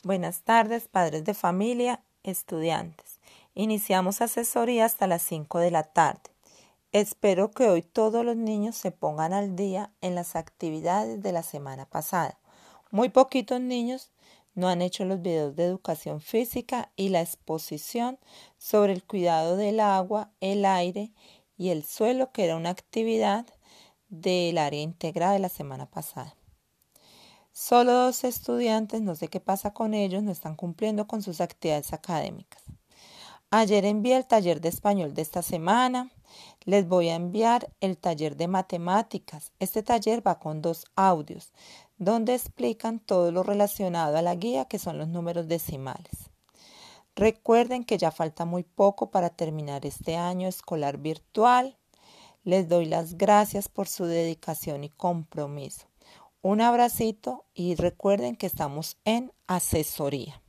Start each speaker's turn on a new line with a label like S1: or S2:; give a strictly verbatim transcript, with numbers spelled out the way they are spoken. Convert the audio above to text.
S1: Buenas tardes, padres de familia, estudiantes. Iniciamos asesoría hasta las cinco de la tarde. Espero que hoy todos los niños se pongan al día en las actividades de la semana pasada. Muy poquitos niños no han hecho los videos de educación física y la exposición sobre el cuidado del agua, el aire y el suelo, que era una actividad del área integrada de la semana pasada. Solo dos estudiantes, no sé qué pasa con ellos, no están cumpliendo con sus actividades académicas. Ayer envié el taller de español de esta semana. Les voy a enviar el taller de matemáticas. Este taller va con dos audios, donde explican todo lo relacionado a la guía, que son los números decimales. Recuerden que ya falta muy poco para terminar este año escolar virtual. Les doy las gracias por su dedicación y compromiso. Un abracito y recuerden que estamos en asesoría.